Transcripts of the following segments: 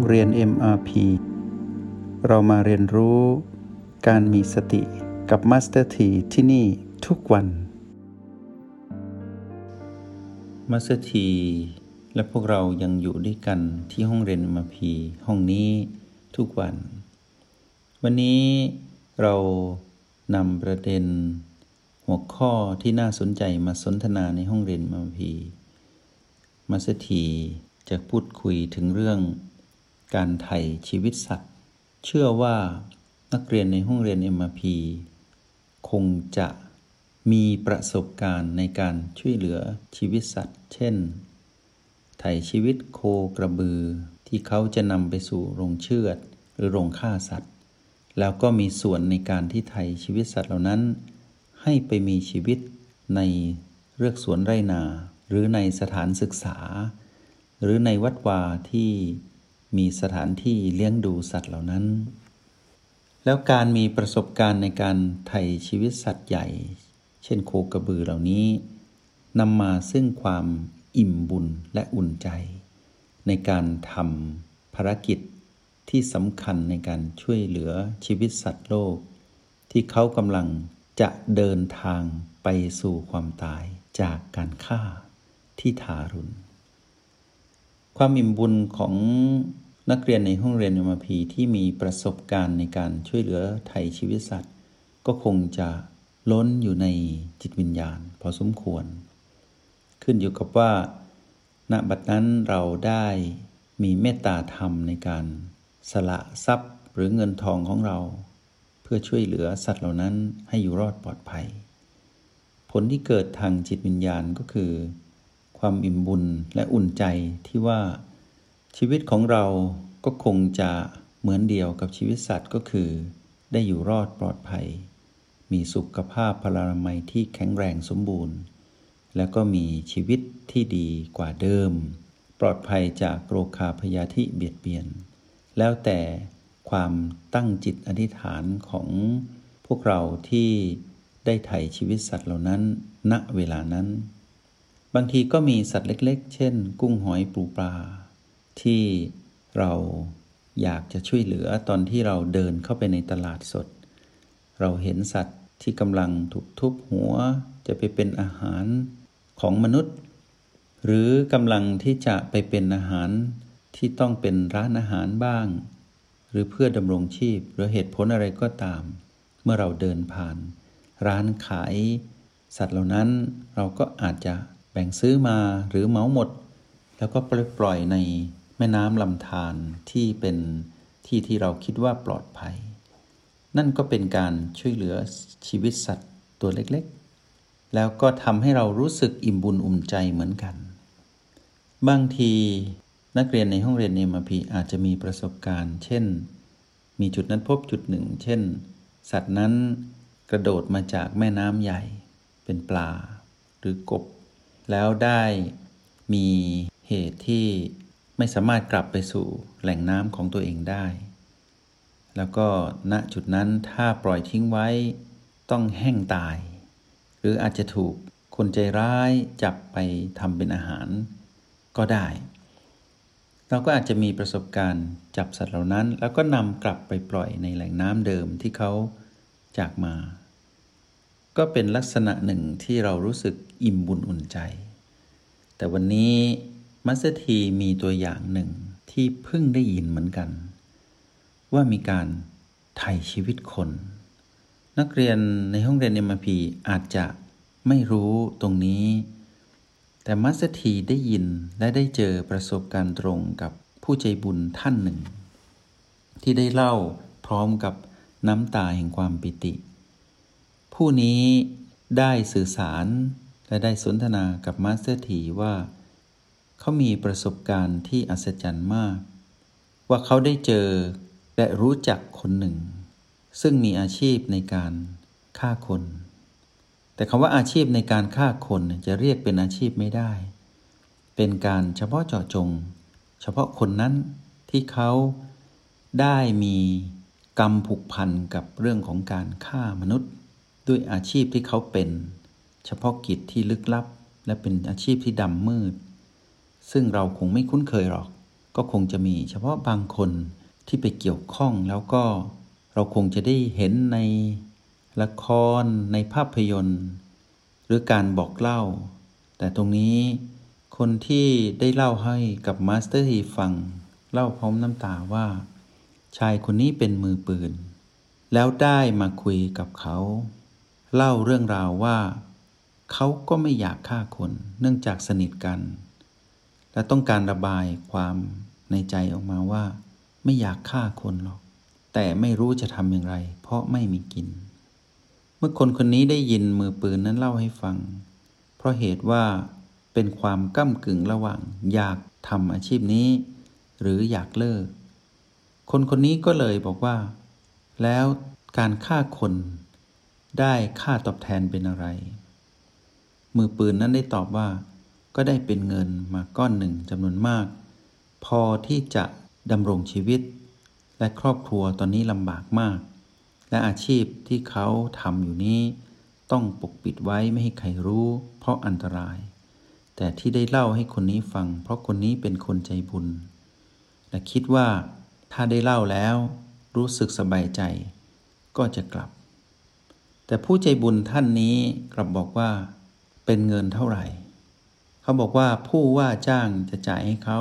เรียน MRP เรามาเรียนรู้การมีสติกับ Master T ที่นี่ทุกวัน Master T และพวกเรายังอยู่ด้วยกันที่ห้องเรียน MRP ห้องนี้ทุกวันวันนี้เรานำประเด็นหัวข้อที่น่าสนใจมาสนทนาในห้องเรียน MRP Master T จะพูดคุยถึงเรื่องการไถ่ชีวิตสัตว์เชื่อว่านักเรียนในห้องเรียน MRP คงจะมีประสบการณ์ในการช่วยเหลือชีวิตสัตว์เช่นไถ่ชีวิตโคกระบือที่เขาจะนำไปสู่โรงเชือดหรือโรงฆ่าสัตว์แล้วก็มีส่วนในการที่ไถ่ชีวิตสัตว์เหล่านั้นให้ไปมีชีวิตในเรือกสวนไร่นาหรือในสถานศึกษาหรือในวัดวาที่มีสถานที่เลี้ยงดูสัตว์เหล่านั้นแล้วการมีประสบการณ์ในการไถ่ชีวิตสัตว์ใหญ่เช่นโคกระบือเหล่านี้นำมาซึ่งความอิ่มบุญและอุ่นใจในการทำภารกิจที่สำคัญในการช่วยเหลือชีวิตสัตว์โลกที่เขากำลังจะเดินทางไปสู่ความตายจากการฆ่าที่ทารุณความอิ่มบุญของนักเรียนในห้องเรียน MRP ที่มีประสบการณ์ในการช่วยเหลือไถ่ชีวิตสัตว์ก็คงจะล้นอยู่ในจิตวิญญาณพอสมควรขึ้นอยู่กับว่าณบัดนั้นเราได้มีเมตตาธรรมในการสละทรัพย์หรือเงินทองของเราเพื่อช่วยเหลือสัตว์เหล่านั้นให้อยู่รอดปลอดภัยผลที่เกิดทางจิตวิญญาณก็คือความอิ่มบุญและอุ่นใจที่ว่าชีวิตของเราก็คงจะเหมือนเดียวกับชีวิตสัตว์ก็คือได้อยู่รอดปลอดภัยมีสุขภาพพลานามัยที่แข็งแรงสมบูรณ์แล้วก็มีชีวิตที่ดีกว่าเดิมปลอดภัยจากโรคาพยาธิเบียดเบียนแล้วแต่ความตั้งจิตอธิษฐานของพวกเราที่ได้ไถ่ชีวิตสัตว์เหล่านั้นณเวลานั้นบางทีก็มีสัตว์เล็กๆเช่นกุ้งหอยปูปลาที่เราอยากจะช่วยเหลือตอนที่เราเดินเข้าไปในตลาดสดเราเห็นสัตว์ที่กำลังถูกทุบหัวจะไปเป็นอาหารของมนุษย์หรือกำลังที่จะไปเป็นอาหารที่ต้องเป็นร้านอาหารบ้างหรือเพื่อดำรงชีพหรือเหตุผลอะไรก็ตามเมื่อเราเดินผ่านร้านขายสัตว์เหล่านั้นเราก็อาจจะแบ่งซื้อมาหรือเหมาหมดแล้วก็ปล่อยในแม่น้ำลำธารที่เป็นที่ที่เราคิดว่าปลอดภัยนั่นก็เป็นการช่วยเหลือชีวิตสัตว์ตัวเล็กๆแล้วก็ทำให้เรารู้สึกอิ่มบุญอุ่นใจเหมือนกันบางทีนักเรียนในห้องเรียน MRP อาจจะมีประสบการณ์เช่นมีจุดนั้นพบจุดหนึ่งเช่นสัตว์นั้นกระโดดมาจากแม่น้ำใหญ่เป็นปลาหรือกบแล้วได้มีเหตุที่ไม่สามารถกลับไปสู่แหล่งน้ำของตัวเองได้แล้วก็ณจุดนั้นถ้าปล่อยทิ้งไว้ต้องแห้งตายหรืออาจจะถูกคนใจร้ายจับไปทำเป็นอาหารก็ได้เราก็อาจจะมีประสบการณ์จับสัตว์เหล่านั้นแล้วก็นำกลับไปปล่อยในแหล่งน้ำเดิมที่เขาจากมาก็เป็นลักษณะหนึ่งที่เรารู้สึกอิ่มบุญอุ่นใจแต่วันนี้มัสทีมีตัวอย่างหนึ่งที่เพิ่งได้ยินเหมือนกันว่ามีการไถ่ชีวิตคนนักเรียนในห้องเรียน MRP อาจจะไม่รู้ตรงนี้แต่มัสทีได้ยินและได้เจอประสบการณ์ตรงกับผู้ใจบุญท่านหนึ่งที่ได้เล่าพร้อมกับน้ำตาแห่งความปิติผู้นี้ได้สื่อสารและได้สนทนากับมาสเตอร์ทีว่าเขามีประสบการณ์ที่อัศจรรย์มากว่าเขาได้เจอและรู้จักคนหนึ่งซึ่งมีอาชีพในการฆ่าคนแต่คำว่าอาชีพในการฆ่าคนจะเรียกเป็นอาชีพไม่ได้เป็นการเฉพาะเจาะจงเฉพาะคนนั้นที่เขาได้มีกรรมผูกพันกับเรื่องของการฆ่ามนุษย์ด้วยอาชีพที่เขาเป็นเฉพาะกิจที่ลึกลับและเป็นอาชีพที่ดำมืดซึ่งเราคงไม่คุ้นเคยหรอกก็คงจะมีเฉพาะบางคนที่ไปเกี่ยวข้องแล้วก็เราคงจะได้เห็นในละครในภาพยนตร์หรือการบอกเล่าแต่ตรงนี้คนที่ได้เล่าให้กับมาสเตอร์ทีฟังเล่าพร้อมน้ำตาว่าชายคนนี้เป็นมือปืนแล้วได้มาคุยกับเขาเล่าเรื่องราวว่าเขาก็ไม่อยากฆ่าคนเนื่องจากสนิทกันและต้องการระบายความในใจออกมาว่าไม่อยากฆ่าคนหรอกแต่ไม่รู้จะทำอย่างไรเพราะไม่มีกินเมื่อคนคนนี้ได้ยินมือปืนนั้นเล่าให้ฟังเพราะเหตุว่าเป็นความก้ำกึ่งระหว่างอยากทำอาชีพนี้หรืออยากเลิกคนคนนี้ก็เลยบอกว่าแล้วการฆ่าคนได้ค่าตอบแทนเป็นอะไรมือปืนนั้นได้ตอบว่าก็ได้เป็นเงินมาก้อนหนึ่งจำนวนมากพอที่จะดำรงชีวิตและครอบครัวตอนนี้ลำบากมากและอาชีพที่เขาทำอยู่นี้ต้องปกปิดไว้ไม่ให้ใครรู้เพราะอันตรายแต่ที่ได้เล่าให้คนนี้ฟังเพราะคนนี้เป็นคนใจบุญและคิดว่าถ้าได้เล่าแล้วรู้สึกสบายใจก็จะกลับแต่ผู้ใจบุญท่านนี้กลับบอกว่าเป็นเงินเท่าไหร่เขาบอกว่าผู้ว่าจ้างจะจ่ายให้เขา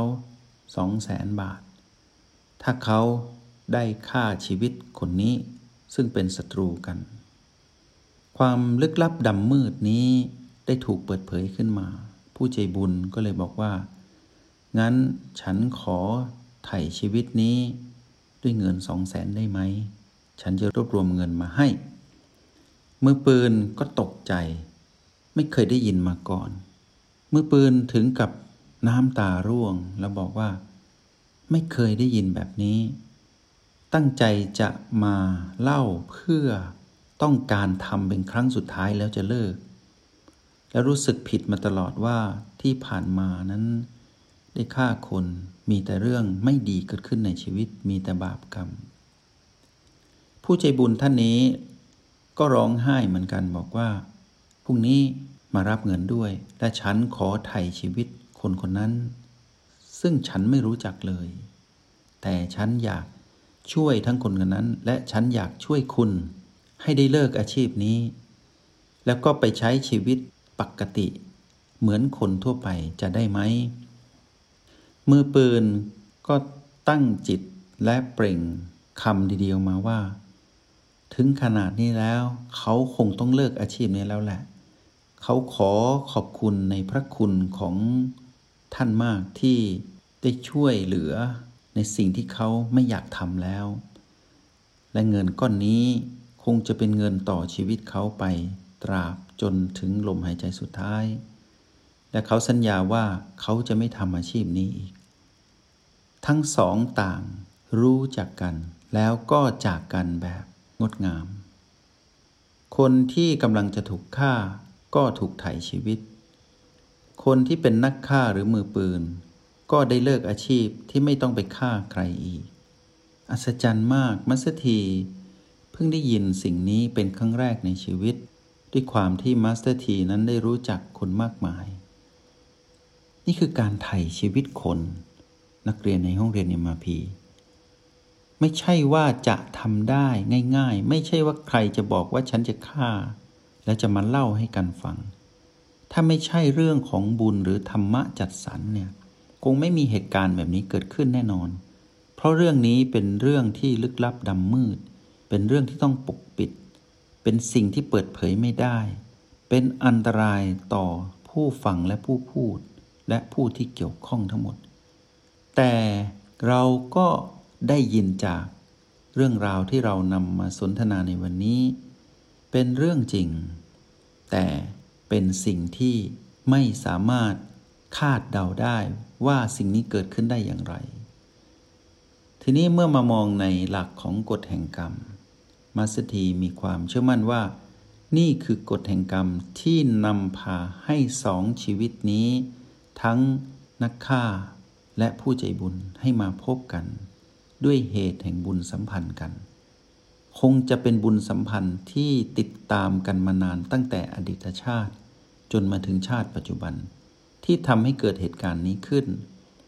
200,000 บาทถ้าเขาได้ฆ่าชีวิตคนนี้ซึ่งเป็นศัตรูกันความลึกลับดำมืดนี้ได้ถูกเปิดเผยขึ้นมาผู้ใจบุญก็เลยบอกว่างั้นฉันขอไถ่ชีวิตนี้ด้วยเงิน 200,000 ได้ไหมฉันจะรวบรวมเงินมาให้มือปืนก็ตกใจไม่เคยได้ยินมาก่อนมือปืนถึงกับน้ำตาร่วงแล้วบอกว่าไม่เคยได้ยินแบบนี้ตั้งใจจะมาเล่าเพื่อต้องการทำเป็นครั้งสุดท้ายแล้วจะเลิกแล้วรู้สึกผิดมาตลอดว่าที่ผ่านมานั้นได้ฆ่าคนมีแต่เรื่องไม่ดีเกิดขึ้นในชีวิตมีแต่บาปกรรมผู้ใจบุญท่านนี้ก็ร้องไห้เหมือนกันบอกว่าพรุ่งนี้มารับเงินด้วยและฉันขอไถ่ชีวิตคนคนนั้นซึ่งฉันไม่รู้จักเลยแต่ฉันอยากช่วยทั้งคนคนนั้นและฉันอยากช่วยคุณให้ได้เลิกอาชีพนี้แล้วก็ไปใช้ชีวิตปกติเหมือนคนทั่วไปจะได้ไหมมือปืนก็ตั้งจิตและเปล่งคำดีๆมาว่าถึงขนาดนี้แล้วเขาคงต้องเลิกอาชีพนี้แล้วแหละเขาขอขอบคุณในพระคุณของท่านมากที่ได้ช่วยเหลือในสิ่งที่เขาไม่อยากทำแล้วและเงินก้อนนี้คงจะเป็นเงินต่อชีวิตเขาไปตราบจนถึงลมหายใจสุดท้ายและเขาสัญญาว่าเขาจะไม่ทำอาชีพนี้อีกทั้งสองต่างรู้จักกันแล้วก็จากกันแบบงดงามคนที่กำลังจะถูกฆ่าก็ถูกไถ่ชีวิตคนที่เป็นนักฆ่าหรือมือปืนก็ได้เลิกอาชีพที่ไม่ต้องไปฆ่าใครอีกอัศจรรย์มากมัสทีเพิ่งได้ยินสิ่งนี้เป็นครั้งแรกในชีวิตด้วยความที่มาสเตอร์ทีนั้นได้รู้จักคนมากมายนี่คือการไถ่ชีวิตคนนักเรียนในห้องเรียน MRP ไม่ใช่ว่าจะทำได้ง่ายๆไม่ใช่ว่าใครจะบอกว่าฉันจะฆ่าแล้วจะมาเล่าให้กันฟังถ้าไม่ใช่เรื่องของบุญหรือธรรมะจัดสรรเนี่ยคงไม่มีเหตุการณ์แบบนี้เกิดขึ้นแน่นอนเพราะเรื่องนี้เป็นเรื่องที่ลึกลับดำมืดเป็นเรื่องที่ต้องปกปิดเป็นสิ่งที่เปิดเผยไม่ได้เป็นอันตรายต่อผู้ฟังและผู้พูดและผู้ที่เกี่ยวข้องทั้งหมดแต่เราก็ได้ยินจากเรื่องราวที่เรานำมาสนทนาในวันนี้เป็นเรื่องจริงแต่เป็นสิ่งที่ไม่สามารถคาดเดาได้ว่าสิ่งนี้เกิดขึ้นได้อย่างไรทีนี้เมื่อมามองในหลักของกฎแห่งกรรมมัสทีมีความเชื่อมั่นว่านี่คือกฎแห่งกรรมที่นำพาให้สองชีวิตนี้ทั้งนักฆ่าและผู้ใจบุญให้มาพบกันด้วยเหตุแห่งบุญสัมพันธ์กันคงจะเป็นบุญสัมพันธ์ที่ติดตามกันมานานตั้งแต่อดีตชาติจนมาถึงชาติปัจจุบันที่ทำให้เกิดเหตุการณ์นี้ขึ้น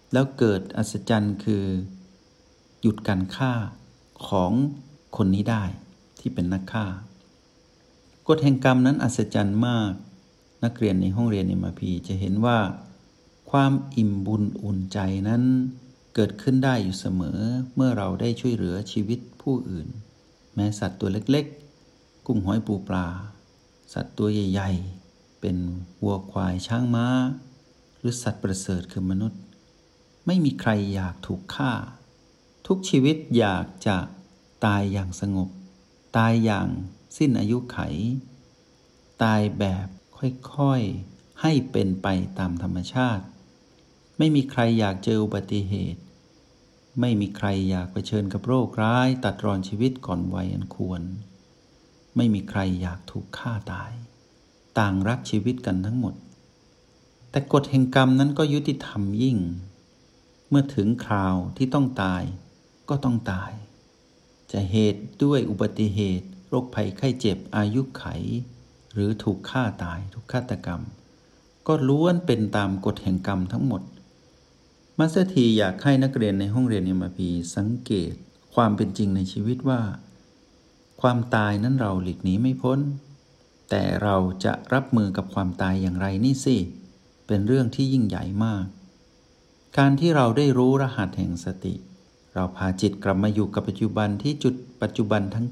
แล้วเกิดอัศจรรย์คือหยุดการฆ่าของคนนี้ได้ที่เป็นนักฆ่ากฎแห่งกรรมนั้นอัศจรรย์มากนักเรียนในห้องเรียน MRP จะเห็นว่าความอิ่มบุญอุ่นใจนั้นเกิดขึ้นได้อยู่เสมอเมื่อเราได้ช่วยเหลือชีวิตผู้อื่นแม้สัตว์ตัวเล็กๆกุ้งหอยปูปลาสัตว์ตัวใหญ่ๆเป็นวัวควายช้างม้าหรือสัตว์ประเสริฐคือมนุษย์ไม่มีใครอยากถูกฆ่าทุกชีวิตอยากจะตายอย่างสงบตายอย่างสิ้นอายุไขตายแบบค่อยๆให้เป็นไปตามธรรมชาติไม่มีใครอยากเจออุบัติเหตุไม่มีใครอยากเผชิญกับโรคร้ายตัดรอนชีวิตก่อนวัยอันควรไม่มีใครอยากถูกฆ่าตายต่างรักชีวิตกันทั้งหมดแต่กฎแห่งกรรมนั้นก็ยุติธรรมยิ่งเมื่อถึงคราวที่ต้องตายก็ต้องตายจะเหตุด้วยอุบัติเหตุโรคภัยไข้เจ็บอายุไขหรือถูกฆ่าตายถูกฆาตกรรมก็ล้วนเป็นตามกฎแห่งกรรมทั้งหมดมาสเตอร์ทีอยากให้นักเรียนในห้องเรียน MRP สังเกตความเป็นจริงในชีวิตว่าความตายนั้นเราหลีกหนีไม่พ้นแต่เราจะรับมือกับความตายอย่างไรนี่สิเป็นเรื่องที่ยิ่งใหญ่มากการที่เราได้รู้รหัสแห่งสติเราพาจิตกลับมาอยู่กับปัจจุบันที่จุดปัจจุบันทั้ง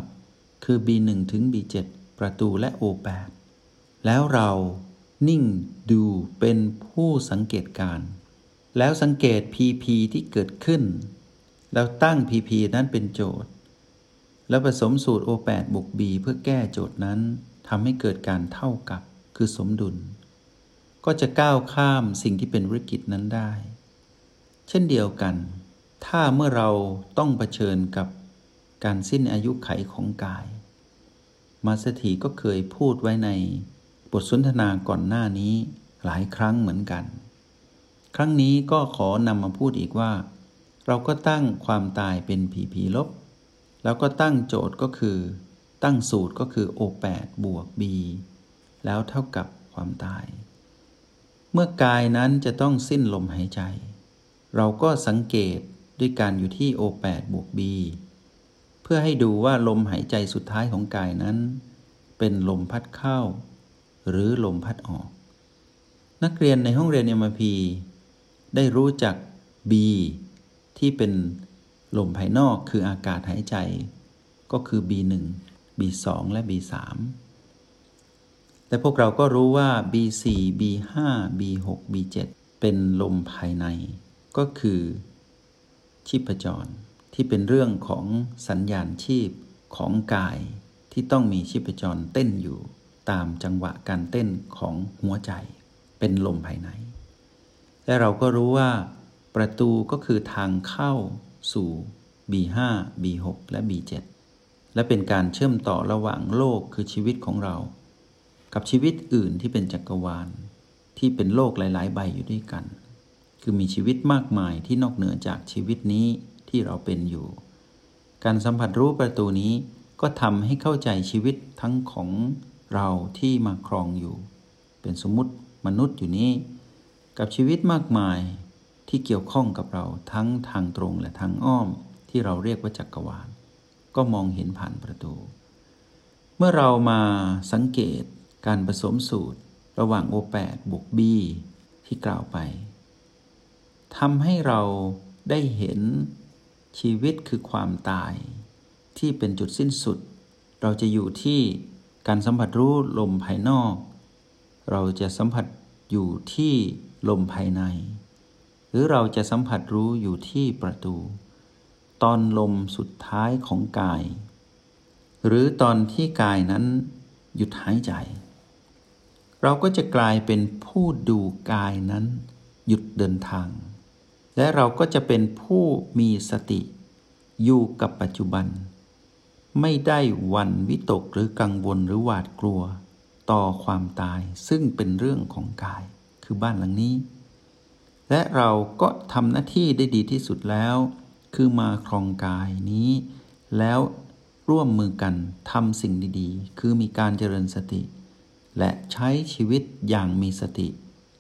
9คือ B1 ถึง B7 ประตูและ O8 แล้วเรานิ่งดูเป็นผู้สังเกตการแล้วสังเกต PP ที่เกิดขึ้นแล้วตั้ง PP นั้นเป็นโจทย์แล้วผสมสูตร O8 บวก B เพื่อแก้โจทย์นั้นทำให้เกิดการเท่ากับคือสมดุลก็จะก้าวข้ามสิ่งที่เป็นวิกฤตนั้นได้เช่นเดียวกันถ้าเมื่อเราต้องเผชิญกับการสิ้นอายุไขของกายมาสเตอร์ทีก็เคยพูดไว้ในบทสนทนาก่อนหน้านี้หลายครั้งเหมือนกันครั้งนี้ก็ขอนำมาพูดอีกว่าเราก็ตั้งความตายเป็นPP ลบแล้วก็ตั้งโจทย์ก็คือตั้งสูตรก็คือ O8 บวก B แล้วเท่ากับความตายเมื่อกายนั้นจะต้องสิ้นลมหายใจเราก็สังเกตด้วยการอยู่ที่ O8 บวก B เพื่อให้ดูว่าลมหายใจสุดท้ายของกายนั้นเป็นลมพัดเข้าหรือลมพัดออกนักเรียนในห้องเรียน MRP ได้รู้จัก B ที่เป็นลมภายนอกคืออากาศหายใจก็คือ B1 B2 และ B3 และพวกเราก็รู้ว่า B4 B5 B6 B7 เป็นลมภายในก็คือชีพจรที่เป็นเรื่องของสัญญาณชีพของกายที่ต้องมีชีพจรเต้นอยู่ตามจังหวะการเต้นของหัวใจเป็นลมภายในและเราก็รู้ว่าประตูก็คือทางเข้าสู่ B5 B6 และ B7 และเป็นการเชื่อมต่อระหว่างโลกคือชีวิตของเรากับชีวิตอื่นที่เป็นจักรวาลที่เป็นโลกหลายๆใบอยู่ด้วยกันคือมีชีวิตมากมายที่นอกเหนือจากชีวิตนี้ที่เราเป็นอยู่การสัมผัสรู้ประตูนี้ก็ทำให้เข้าใจชีวิตทั้งของเราที่มาครองอยู่เป็นสมมุติมนุษย์อยู่นี้กับชีวิตมากมายที่เกี่ยวข้องกับเราทั้งทางตรงและทางอ้อมที่เราเรียกว่าจักรวาลก็มองเห็นผ่านประตูเมื่อเรามาสังเกตการผสมสูตรระหว่าง O8 บวก B ที่กล่าวไปทำให้เราได้เห็นชีวิตคือความตายที่เป็นจุดสิ้นสุดเราจะอยู่ที่การสัมผัสรู้ลมภายนอกเราจะสัมผัสอยู่ที่ลมภายในหรือเราจะสัมผัสรู้อยู่ที่ประตูตอนลมสุดท้ายของกายหรือตอนที่กายนั้นหยุดหายใจเราก็จะกลายเป็นผู้ดูกายนั้นหยุดเดินทางและเราก็จะเป็นผู้มีสติอยู่กับปัจจุบันไม่ได้หวั่นวิตกหรือกังวลหรือหวาดกลัวต่อความตายซึ่งเป็นเรื่องของกายคือบ้านหลังนี้และเราก็ทำหน้าที่ได้ดีที่สุดแล้วคือมาครองกายนี้แล้วร่วมมือกันทำสิ่งดีๆคือมีการเจริญสติและใช้ชีวิตอย่างมีสติ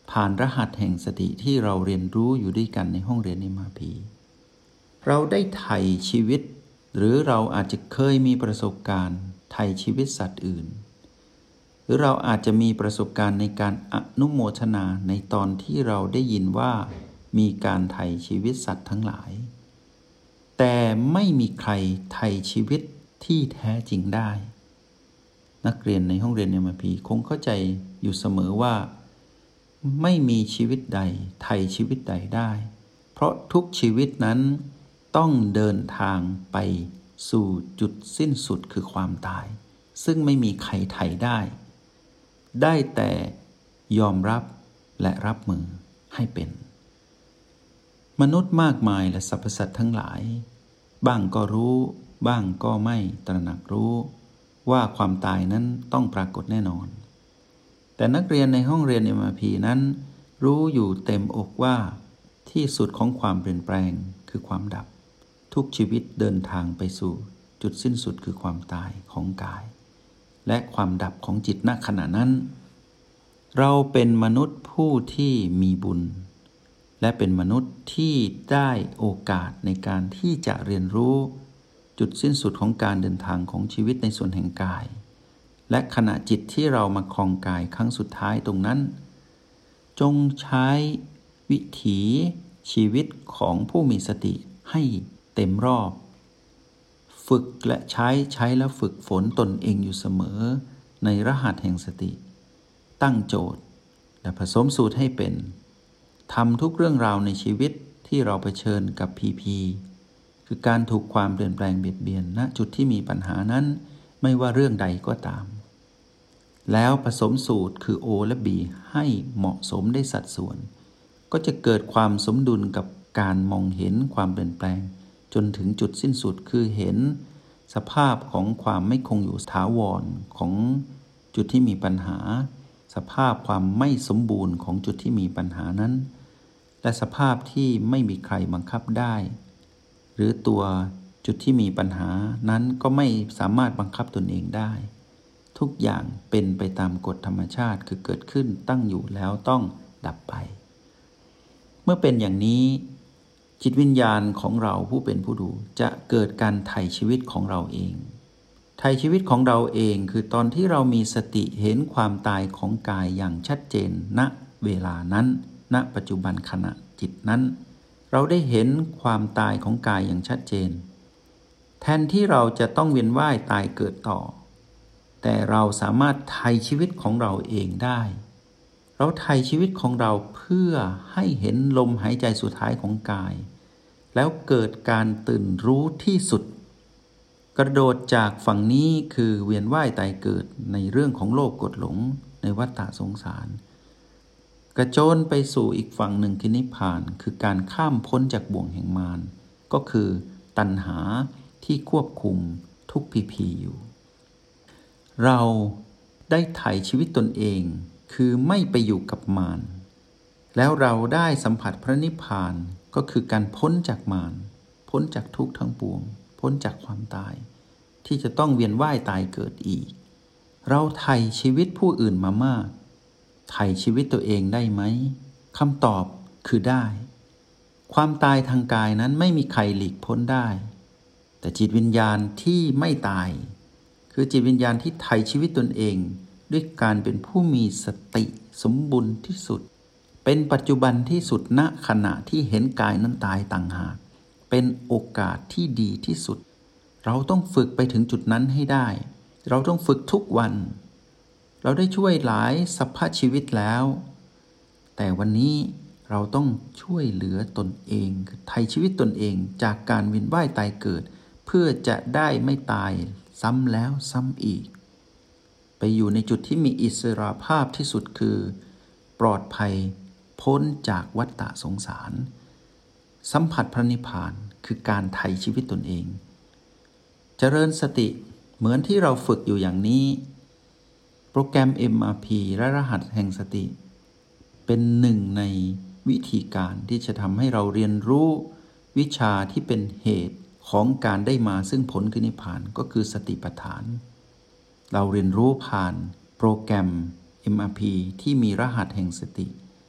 ผ่านรหัสแห่งสติที่เราเรียนรู้อยู่ด้วยกันในห้องเรียน MRP เราได้ไถ่ชีวิตหรือเราอาจจะเคยมีประสบการณ์ไถ่ชีวิตสัตว์อื่นหรือเราอาจจะมีประสบการณ์ในการอนุโมทนาในตอนที่เราได้ยินว่ามีการไถ่ชีวิตสัตว์ทั้งหลายแต่ไม่มีใครไถ่ชีวิตที่แท้จริงได้นักเรียนในห้องเรียน MRP คงเข้าใจอยู่เสมอว่าไม่มีชีวิตใดไถ่ชีวิตใดได้เพราะทุกชีวิตนั้นต้องเดินทางไปสู่จุดสิ้นสุดคือความตายซึ่งไม่มีใครไถ่ได้แต่ยอมรับและรับมือให้เป็นมนุษย์มากมายและสรรพสัตว์ทั้งหลายบ้างก็รู้บ้างก็ไม่ตระหนักรู้ว่าความตายนั้นต้องปรากฏแน่นอนแต่นักเรียนในห้องเรียน MRP นั้นรู้อยู่เต็มอกว่าที่สุดของความเปลี่ยนแปลงคือความดับทุกชีวิตเดินทางไปสู่จุดสิ้นสุดคือความตายของกายและความดับของจิตณขณะนั้นเราเป็นมนุษย์ผู้ที่มีบุญและเป็นมนุษย์ที่ได้โอกาสในการที่จะเรียนรู้จุดสิ้นสุดของการเดินทางของชีวิตในส่วนแห่งกายและขณะจิตที่เรามาครองกายครั้งสุดท้ายตรงนั้นจงใช้วิถีชีวิตของผู้มีสติให้เต็มรอบฝึกและใช้แล้วฝึกฝนตนเองอยู่เสมอในรหัสแห่งสติตั้งโจทย์และผสมสูตรให้เป็นทำทุกเรื่องราวในชีวิตที่เราเผชิญกับ PP คือการถูกความเปลี่ยนแปลงเบียดเบียนณจุดที่มีปัญหานั้นไม่ว่าเรื่องใดก็ตามแล้วผสมสูตรคือ O และ B ให้เหมาะสมได้สัดส่วนก็จะเกิดความสมดุลกับการมองเห็นความเปลี่ยนแปลงจนถึงจุดสิ้นสุดคือเห็นสภาพของความไม่คงอยู่ถาวรของจุดที่มีปัญหาสภาพความไม่สมบูรณ์ของจุดที่มีปัญหานั้นและสภาพที่ไม่มีใครบังคับได้หรือตัวจุดที่มีปัญหานั้นก็ไม่สามารถบังคับตนเองได้ทุกอย่างเป็นไปตามกฎธรรมชาติคือเกิดขึ้นตั้งอยู่แล้วต้องดับไปเมื่อเป็นอย่างนี้จิตวิญญาณของเราผู้เป็นผู้ดูจะเกิดการไถ่ชีวิตของเราเองไถ่ชีวิตของเราเองคือตอนที่เรามีสติเห็นความตายของกายอย่างชัดเจนณเวลานั้นณปัจจุบันขณะจิตนั้นเราได้เห็นความตายของกายอย่างชัดเจนแทนที่เราจะต้องเวียนว่ายตายเกิดต่อแต่เราสามารถไถ่ชีวิตของเราเองได้เราไถ่ชีวิตของเราเพื่อให้เห็นลมหายใจสุดท้ายของกายแล้วเกิดการตื่นรู้ที่สุดกระโดดจากฝั่งนี้คือเวียนว่ายตายเกิดในเรื่องของโลภกดหลงในวัฏฏะสงสารกระโจนไปสู่อีกฝั่งหนึ่งคือนิพพานคือการข้ามพ้นจากบ่วงแห่งมารก็คือตัณหาที่ควบคุมทุกพีอยู่เราได้ไถ่ชีวิตตนเองคือไม่ไปอยู่กับมารแล้วเราได้สัมผัสพระนิพพานก็คือการพ้นจากมารพ้นจากทุกข์ทั้งปวงพ้นจากความตายที่จะต้องเวียนว่ายตายเกิดอีกเราไถ่ชีวิตผู้อื่นมามากไถ่ชีวิตตัวเองได้ไหมคำตอบคือได้ความตายทางกายนั้นไม่มีใครหลีกพ้นได้แต่จิตวิญญาณที่ไม่ตายคือจิตวิญญาณที่ไถ่ชีวิตตนเองด้วยการเป็นผู้มีสติสมบูรณ์ที่สุดเป็นปัจจุบันที่สุดณขณะที่เห็นกายนั้นตายต่างหากเป็นโอกาสที่ดีที่สุดเราต้องฝึกไปถึงจุดนั้นให้ได้เราต้องฝึกทุกวันเราได้ช่วยหลายสรรพชีวิตแล้วแต่วันนี้เราต้องช่วยเหลือตนเองไถ่ชีวิตตนเองจากการเวียนว่ายตายเกิดเพื่อจะได้ไม่ตายซ้ำแล้วซ้ำอีกไปอยู่ในจุดที่มีอิสรภาพที่สุดคือปลอดภัยพ้นจากวัฏฏะสงสารสัมผัสพระนิพพานคือการไถ่ชีวิตตนเองเจริญสติเหมือนที่เราฝึกอยู่อย่างนี้โปรแกรม MRP และรหัสแห่งสติเป็นหนึ่งในวิธีการที่จะทำให้เราเรียนรู้วิชาที่เป็นเหตุของการได้มาซึ่งผลคือนิพพานก็คือสติปัฏฐานเราเรียนรู้ผ่านโปรแกรม MRP ที่มีรหัสแห่งสติ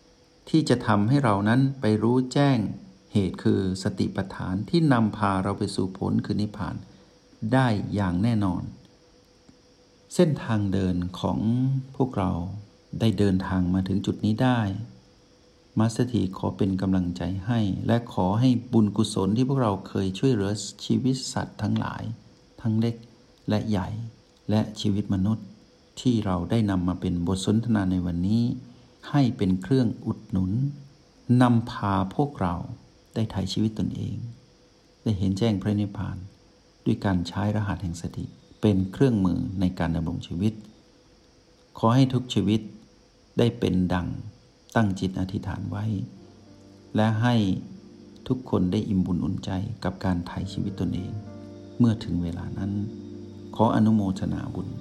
ที่จะทำให้เรานั้นไปรู้แจ้งเหตุคือสติปัฏฐานที่นำพาเราไปสู่ผลคือนิพพานได้อย่างแน่นอน เส้นทางเดินของพวกเราได้เดินทางมาถึงจุดนี้ได้มาสเตอร์ทีขอเป็นกำลังใจให้และขอให้บุญกุศลที่พวกเราเคยช่วยเหลือชีวิตสัตว์ทั้งหลายทั้งเล็กและใหญ่และชีวิตมนุษย์ที่เราได้นำมาเป็นบทสนทนาในวันนี้ให้เป็นเครื่องอุดหนุนนำพาพวกเราได้ไถ่ชีวิตตนเองได้เห็นแจ้งพระนิพพานด้วยการใช้รหัสแห่งสติเป็นเครื่องมือในการดำรงชีวิตขอให้ทุกชีวิตได้เป็นดังตั้งจิตอธิษฐานไว้และให้ทุกคนได้อิ่มบุญอุ่นใจกับการไถ่ชีวิตตนเองเมื่อถึงเวลานั้นขออนุโมทนาบุญ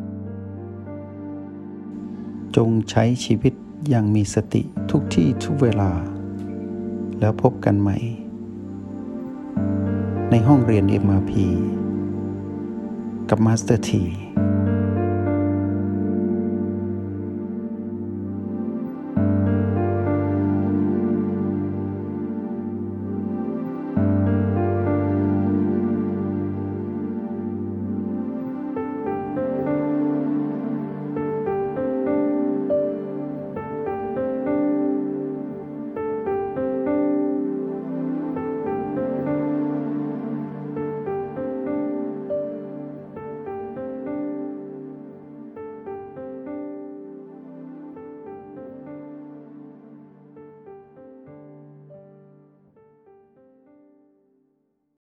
จงใช้ชีวิตอย่างมีสติทุกที่ทุกเวลาแล้วพบกันใหม่ในห้องเรียน MRP กับมาสเตอร์ที